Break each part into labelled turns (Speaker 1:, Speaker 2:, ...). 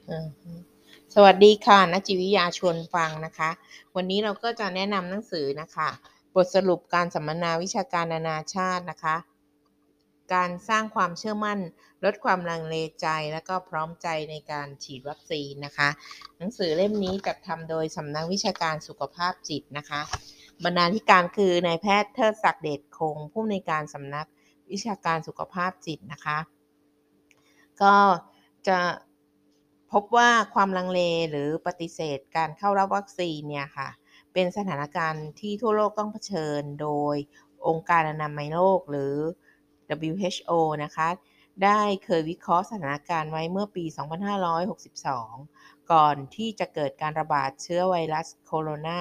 Speaker 1: อือฮึสวัสดีค่ะนักจิตวิทยาชวนฟังนะคะวันนี้เราก็จะแนะนำหนังสือนะคะบทสรุปการสัมมนาวิชาการนานาชาตินะคะการสร้างความเชื่อมั่นลดความลังเลใจและก็พร้อมใจในการฉีดวัคซีนนะคะหนังสือเล่มนี้จัดทำโดยสำนักวิชาการสุขภาพจิตนะคะบรรณาธิการคือนายแพทย์เทิดศักดิ์เดชคงผู้อำนวยการสำนักวิชาการสุขภาพจิตนะคะก็จะพบว่าความลังเลหรือปฏิเสธการเข้ารับวัคซีนเนี่ยค่ะเป็นสถานการณ์ที่ทั่วโลกต้องเผชิญโดยองค์การอนามัยโลกหรือ WHO นะคะได้เคยวิเคราะห์สถานการณ์ไว้เมื่อปี 2562 ก่อนที่จะเกิดการระบาดเชื้อไวรัสโคโรนา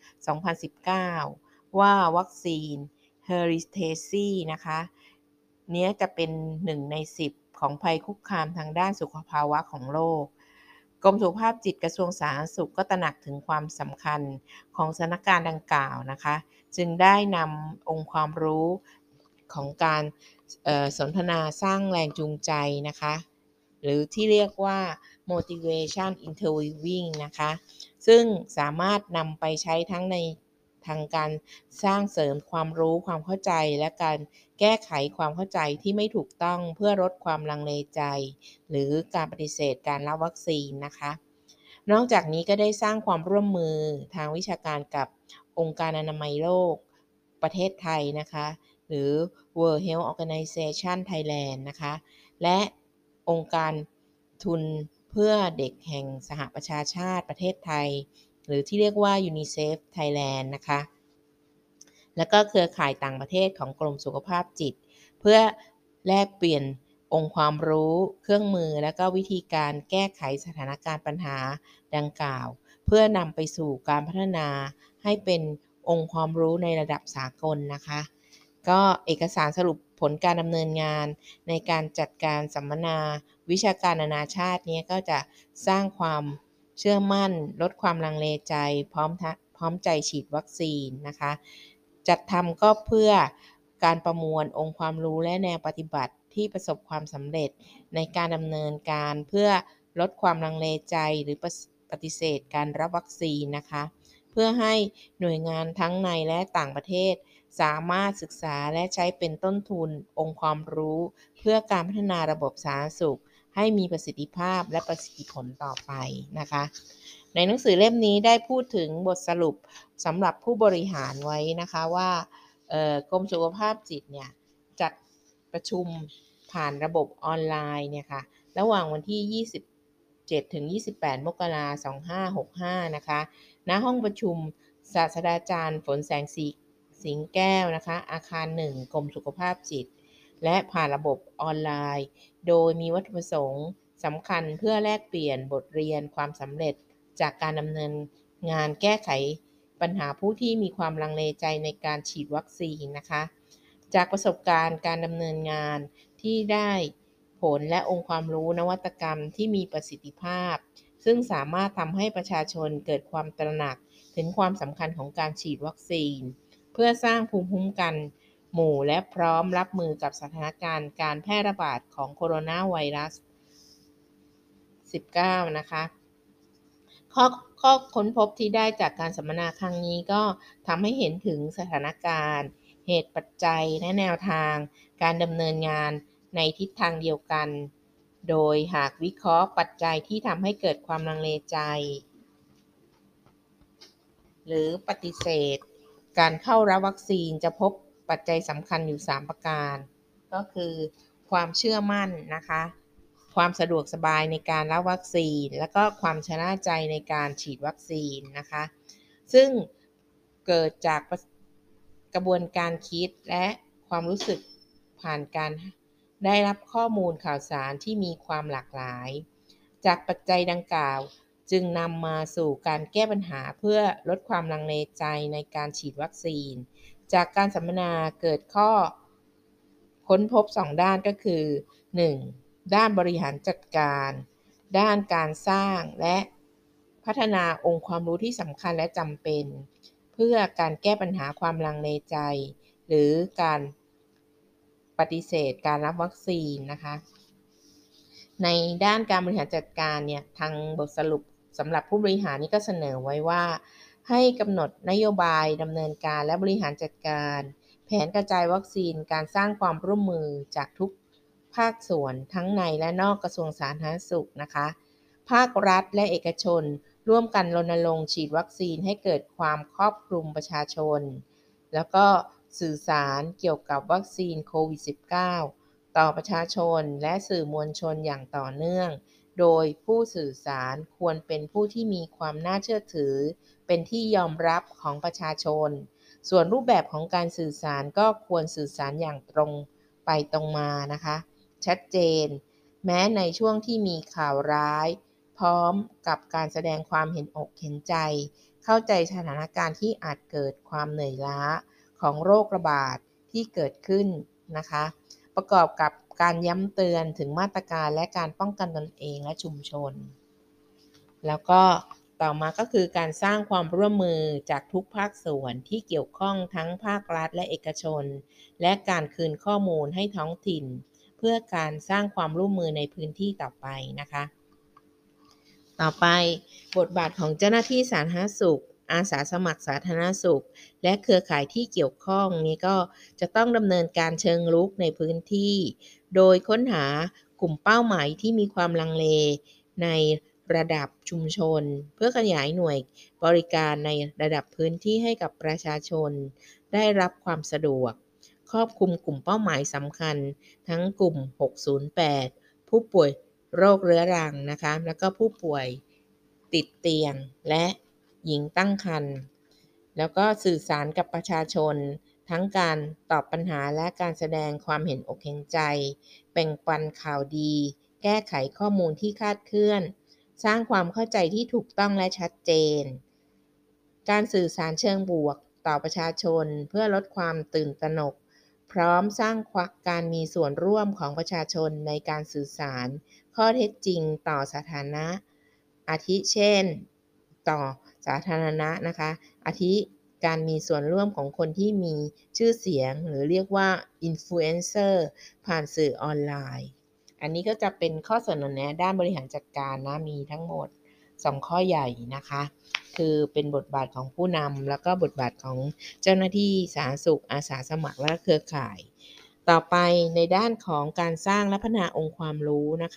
Speaker 1: 2019 ว่าวัคซีน h e r i t a c นะคะเนี้ยจะเป็น1ใน10ของภัยคุกคามทางด้านสุขภาวะของโลกกรมสุขภาพจิตกระทรวงสาธารณสุขก็ตระหนักถึงความสำคัญของสถานการณ์ดังกล่าวนะคะจึงได้นำองค์ความรู้ของการสนทนาสร้างแรงจูงใจนะคะหรือที่เรียกว่า motivation interviewing นะคะซึ่งสามารถนำไปใช้ทั้งในทางการสร้างเสริมความรู้ความเข้าใจและการแก้ไขความเข้าใจที่ไม่ถูกต้องเพื่อลดความลังเลใจหรือการปฏิเสธการรับวัคซีนนะคะนอกจากนี้ก็ได้สร้างความร่วมมือทางวิชาการกับองค์การอนามัยโลกประเทศไทยนะคะหรือ World Health Organization Thailand นะคะและองค์การทุนเพื่อเด็กแห่งสหประชาชาติประเทศไทยหรือที่เรียกว่า UNICEF Thailand นะคะแล้วก็เครือข่ายต่างประเทศของกรมสุขภาพจิตเพื่อแลกเปลี่ยนองค์ความรู้เครื่องมือและก็วิธีการแก้ไขสถานการณ์ปัญหาดังกล่าวเพื่อนำไปสู่การพัฒนาให้เป็นองค์ความรู้ในระดับสากลนะคะก็เอกสารสรุปผลการดำเนินงานในการจัดการสัมมนาวิชาการนานาชาตินี้ก็จะสร้างความเชื่อมั่นลดความลังเลใจพร้อมใจฉีดวัคซีนนะคะจัดทำก็เพื่อการประมวลองค์ความรู้และแนวปฏิบัติที่ประสบความสำเร็จในการดำเนินการเพื่อลดความลังเลใจหรือปฏิเสธการรับวัคซีนนะคะเพื่อให้หน่วยงานทั้งในและต่างประเทศสามารถศึกษาและใช้เป็นต้นทุนองค์ความรู้เพื่อการพัฒนาระบบสาธารณสุขให้มีประสิทธิภาพและประสิทธิผลต่อไปนะคะในหนังสือเล่มนี้ได้พูดถึงบทสรุปสำหรับผู้บริหารไว้นะคะว่ากรมสุขภาพจิตเนี่ยจัดประชุมผ่านระบบออนไลน์เนี่ยค่ะระหว่างวันที่27ถึง28มกราคม2565นะคะณห้องประชุมศาสตราจารย์ฝนแสงสีสิงแก้วนะคะอาคาร1กรมสุขภาพจิตและผ่านระบบออนไลน์โดยมีวัตถุประสงค์สำคัญเพื่อแลกเปลี่ยนบทเรียนความสำเร็จจากการดำเนินงานแก้ไขปัญหาผู้ที่มีความลังเลใจในการฉีดวัคซีนนะคะจากประสบการณ์การดำเนินงานที่ได้ผลและองค์ความรู้นวัตกรรมที่มีประสิทธิภาพซึ่งสามารถทำให้ประชาชนเกิดความตระหนักถึงความสำคัญของการฉีดวัคซีนเพื่อสร้างภูมิคุ้มกันหมู่และพร้อมรับมือกับสถานการณ์การแพร่ระบาดของโคโรนาไวรัส 19 นะคะข้อข้อค้นพบที่ได้จากการสัมมนาครั้งนี้ก็ทำให้เห็นถึงสถานการณ์เหตุปัจจัยและแนวทางการดำเนินงานในทิศทางเดียวกันโดยหากวิเคราะห์ปัจจัยที่ทำให้เกิดความลังเลใจหรือปฏิเสธการเข้ารับวัคซีนจะพบปัจจัยสำคัญอยู่3ประการก็คือความเชื่อมั่นนะคะความสะดวกสบายในการรับวัคซีนและก็ความชนะใจในการฉีดวัคซีนนะคะซึ่งเกิดจากกระบวนการคิดและความรู้สึกผ่านการได้รับข้อมูลข่าวสารที่มีความหลากหลายจากปัจจัยดังกล่าวจึงนำมาสู่การแก้ปัญหาเพื่อลดความลังเลใจในการฉีดวัคซีนจากการสัมมนาเกิดข้อค้นพบ2ด้านก็คือ 1. ด้านบริหารจัดการด้านการสร้างและพัฒนาองค์ความรู้ที่สำคัญและจำเป็นเพื่อการแก้ปัญหาความลังเลใจหรือการปฏิเสธการรับวัคซีนนะคะในด้านการบริหารจัดการเนี่ยทางบทสรุปสำหรับผู้บริหารนี่ก็เสนอไว้ว่าให้กำหนดนโยบายดำเนินการและบริหารจัดการแผนกระจายวัคซีนการสร้างความร่วมมือจากทุกภาคส่วนทั้งในและนอกกระทรวงสาธารณสุขนะคะภาครัฐและเอกชนร่วมกันรณรงค์ฉีดวัคซีนให้เกิดความครอบคลุมประชาชนแล้วก็สื่อสารเกี่ยวกับวัคซีนโควิด -19 ต่อประชาชนและสื่อมวลชนอย่างต่อเนื่องโดยผู้สื่อสารควรเป็นผู้ที่มีความน่าเชื่อถือเป็นที่ยอมรับของประชาชนส่วนรูปแบบของการสื่อสารก็ควรสื่อสารอย่างตรงไปตรงมานะคะชัดเจนแม้ในช่วงที่มีข่าวร้ายพร้อมกับการแสดงความเห็นอกเห็นใจเข้าใจสถานการณ์ที่อาจเกิดความเหนื่อยล้าของโรคระบาดที่เกิดขึ้นนะคะประกอบกับการย้ำเตือนถึงมาตรการและการป้องกันตนเองและชุมชนแล้วก็ต่อมาก็คือการสร้างความร่วมมือจากทุกภาคส่วนที่เกี่ยวข้องทั้งภาครัฐและเอกชนและการคืนข้อมูลให้ท้องถิ่นเพื่อการสร้างความร่วมมือในพื้นที่ต่อไปนะคะต่อไปบทบาทของเจ้าหน้าที่สาธารณสุขอาสาสมัครสาธารณสุขและเครือข่ายที่เกี่ยวข้องนี้ก็จะต้องดำเนินการเชิงรุกในพื้นที่โดยค้นหากลุ่มเป้าหมายที่มีความลังเลในระดับชุมชนเพื่อขยายหน่วยบริการในระดับพื้นที่ให้กับประชาชนได้รับความสะดวกครอบคลุมกลุ่มเป้าหมายสำคัญทั้งกลุ่ม608ผู้ป่วยโรคเรื้อรังนะคะแล้วก็ผู้ป่วยติดเตียงและหญิงตั้งครรภ์แล้วก็สื่อสารกับประชาชนทั้งการตอบปัญหาและการแสดงความเห็นอกเห็นใจแบ่งปันข่าวดีแก้ไขข้อมูลที่คลาดเคลื่อนสร้างความเข้าใจที่ถูกต้องและชัดเจนการสื่อสารเชิงบวกต่อประชาชนเพื่อลดความตื่นตระหนกพร้อมสร้างการมีส่วนร่วมของประชาชนในการสื่อสารข้อเท็จจริงต่อสาธารณะอาทิเช่นต่อสาธารณะนะคะอาทิการมีส่วนร่วมของคนที่มีชื่อเสียงหรือเรียกว่าอินฟลูเอนเซอร์ผ่านสื่อออนไลน์อันนี้ก็จะเป็นข้อเสนอแนะด้านบริหารจัดการนะมีทั้งหมด2ข้อใหญ่นะคะคือเป็นบทบาทของผู้นำแล้วก็บทบาทของเจ้าหน้าที่สาธารณสุขอาสาสมัครและเครือข่ายต่อไปในด้านของการสร้างและพัฒนาองค์ความรู้นะคะ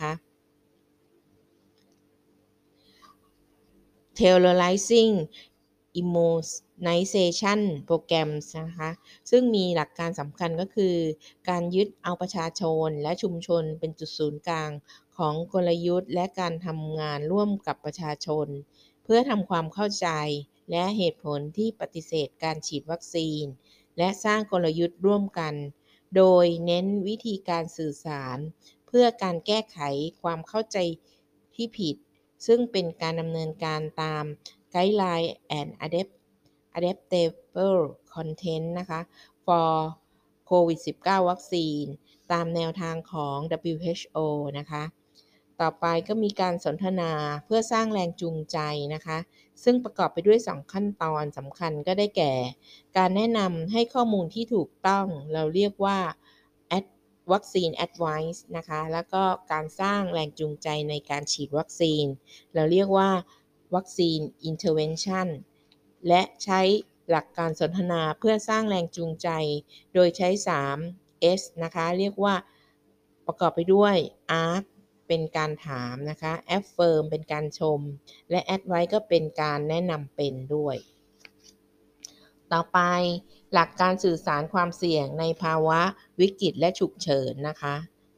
Speaker 1: Tailorizing Immunization Programs นะคะซึ่งมีหลักการสำคัญก็คือการยึดเอาประชาชนและชุมชนเป็นจุดศูนย์กลางของกลยุทธ์และการทำงานร่วมกับประชาชนเพื่อทำความเข้าใจและเหตุผลที่ปฏิเสธการฉีดวัคซีนและสร้างกลยุทธ์ร่วมกันโดยเน้นวิธีการสื่อสารเพื่อการแก้ไขความเข้าใจที่ผิดซึ่งเป็นการดำเนินการตาม Guideline and Adaptable Content นะคะ for COVID-19 วัคซีนตามแนวทางของ WHO นะคะต่อไปก็มีการสนทนาเพื่อสร้างแรงจูงใจนะคะซึ่งประกอบไปด้วย2ขั้นตอนสำคัญก็ได้แก่การแนะนำให้ข้อมูลที่ถูกต้องเราเรียกว่า วัคซีน Advice นะคะแล้วก็การสร้างแรงจูงใจในการฉีดวัคซีนเราเรียกว่าวัคซีน Intervention และใช้หลักการสนทนาเพื่อสร้างแรงจูงใจโดยใช้3 S นะคะเรียกว่าประกอบไปด้วย Ask เป็นการถามนะคะ Affirm เป็นการชมและ Advice ก็เป็นการแนะนำเป็นด้วยต่อไปหลักการสื่อสารความเสี่ยงในภาวะวิกฤตและฉุกเฉินนะคะ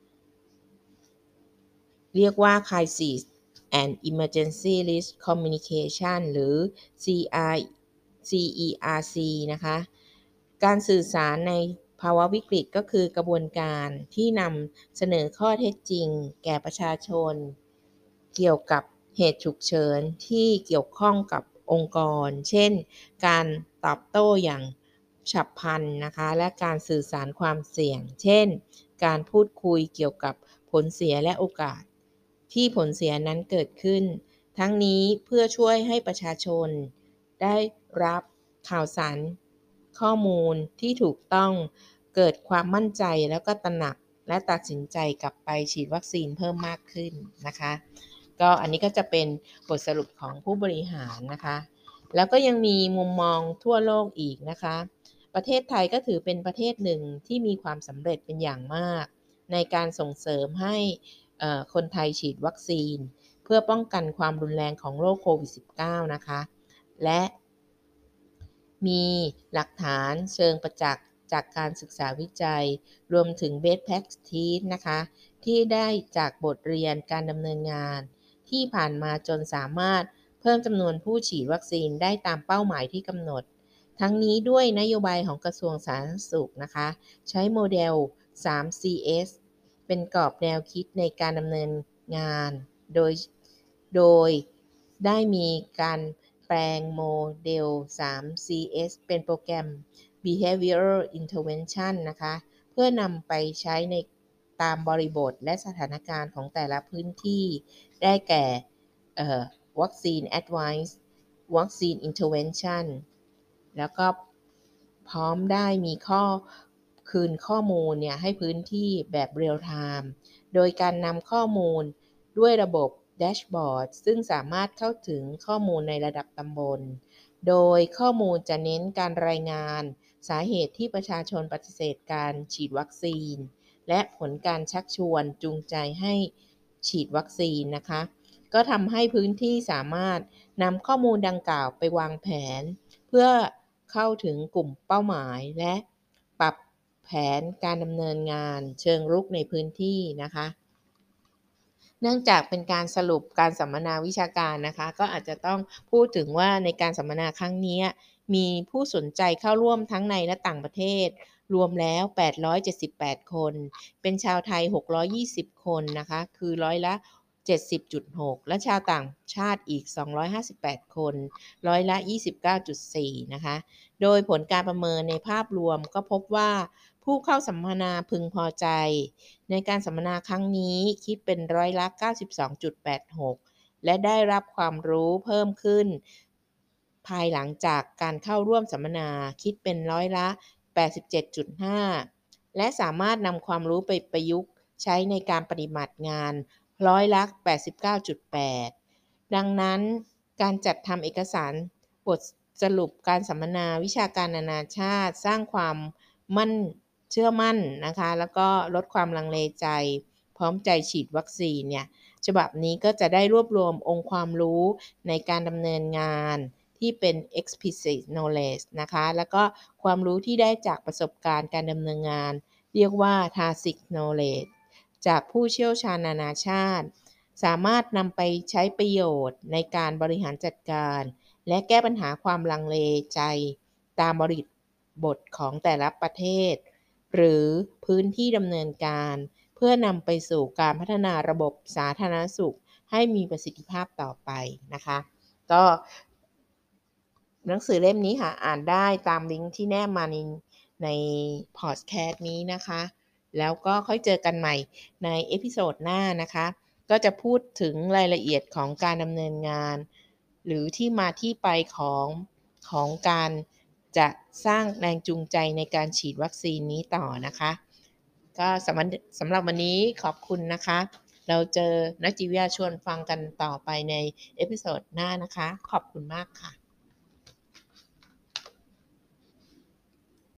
Speaker 1: เรียกว่า Crisis and Emergency Risk Communication หรือ CERC นะคะการสื่อสารในภาวะวิกฤตก็คือกระบวนการที่นำเสนอข้อเท็จจริงแก่ประชาชนเกี่ยวกับเหตุฉุกเฉินที่เกี่ยวข้องกับองค์กรเช่นการตอบโต้อย่างฉับพลันนะคะและการสื่อสารความเสี่ยงเช่นการพูดคุยเกี่ยวกับผลเสียและโอกาสที่ผลเสียนั้นเกิดขึ้นทั้งนี้เพื่อช่วยให้ประชาชนได้รับข่าวสารข้อมูลที่ถูกต้องเกิดความมั่นใจแล้วก็ตระหนักและตัดสินใจกลับไปฉีดวัคซีนเพิ่มมากขึ้นนะคะก็อันนี้ก็จะเป็นบทสรุปของผู้บริหารนะคะแล้วก็ยังมีมุมมองทั่วโลกอีกนะคะประเทศไทยก็ถือเป็นประเทศหนึ่งที่มีความสำเร็จเป็นอย่างมากในการส่งเสริมให้คนไทยฉีดวัคซีนเพื่อป้องกันความรุนแรงของโรคโควิด -19 นะคะและมีหลักฐานเชิงประจักษ์จากการศึกษาวิจัยรวมถึง best practice นะคะที่ได้จากบทเรียนการดำเนินงานที่ผ่านมาจนสามารถเพิ่มจำนวนผู้ฉีดวัคซีนได้ตามเป้าหมายที่กำหนดทั้งนี้ด้วยนโยบายของกระทรวงสาธารณสุขนะคะใช้โมเดล 3CS เป็นกรอบแนวคิดในการดำเนินงานโดยได้มีการแปลงโมเดล 3CS เป็นโปรแกรม Behavioral Intervention นะคะเพื่อนำไปใช้ในตามบริบทและสถานการณ์ของแต่ละพื้นที่ได้แก่วัคซีน Advice วัคซีน Intervention แล้วก็พร้อมได้มีคืนข้อมูลเนี่ยให้พื้นที่แบบเรียลไทม์โดยการนำข้อมูลด้วยระบบแดชบอร์ดซึ่งสามารถเข้าถึงข้อมูลในระดับตำบลโดยข้อมูลจะเน้นการรายงานสาเหตุที่ประชาชนปฏิเสธการฉีดวัคซีนและผลการชักชวนจูงใจให้ฉีดวัคซีนนะคะก็ทำให้พื้นที่สามารถนำข้อมูลดังกล่าวไปวางแผนเพื่อเข้าถึงกลุ่มเป้าหมายและปรับแผนการดำเนินงานเชิงรุกในพื้นที่นะคะเนื่องจากเป็นการสรุปการสัมมนาวิชาการนะคะก็อาจจะต้องพูดถึงว่าในการสัมมนาครั้งนี้มีผู้สนใจเข้าร่วมทั้งในและต่างประเทศรวมแล้ว878คนเป็นชาวไทย620คนนะคะคือร้อยละ70.6และชาวต่างชาติอีก258คนร้อยละ29.4นะคะโดยผลการประเมินในภาพรวมก็พบว่าผู้เข้าสัมมนาพึงพอใจในการสัมมนาครั้งนี้คิดเป็นร้อยละ92.86และได้รับความรู้เพิ่มขึ้นภายหลังจากการเข้าร่วมสัมมนาคิดเป็นร้อยละ87.5และสามารถนำความรู้ไปประยุกต์ใช้ในการปฏิบัติงานร้อยละ89.8ดังนั้นการจัดทำเอกสารบทสรุปการสัมมนาวิชาการนานาชาติสร้างความเชื่อมั่นนะคะแล้วก็ลดความลังเลใจพร้อมใจฉีดวัคซีนเนี่ยฉบับนี้ก็จะได้รวบรวมองค์ความรู้ในการดำเนินงานที่เป็น explicit knowledge นะคะแล้วก็ความรู้ที่ได้จากประสบการณ์การดำเนินงานเรียกว่า tacit knowledge จากผู้เชี่ยวชาญนานาชาติสามารถนำไปใช้ประโยชน์ในการบริหารจัดการและแก้ปัญหาความลังเลใจตามบริบทของแต่ละประเทศหรือพื้นที่ดำเนินการเพื่อนำไปสู่การพัฒนาระบบสาธารณสุขให้มีประสิทธิภาพต่อไปนะคะก็หนังสือเล่มนี้ค่ะอ่านได้ตามลิงก์ที่แนบมาในพอดแคสต์นี้นะคะแล้วก็ค่อยเจอกันใหม่ในเอพิโซดหน้านะคะก็จะพูดถึงรายละเอียดของการดำเนินงานหรือที่มาที่ไปของการจะสร้างแรงจูงใจในการฉีดวัคซีนนี้ต่อนะคะก็สำหรับวันนี้ขอบคุณนะคะเราเจอนักจิตวิทยาชวนฟังกันต่อไปในเอพิโซดหน้านะคะขอบคุณมากค่ะ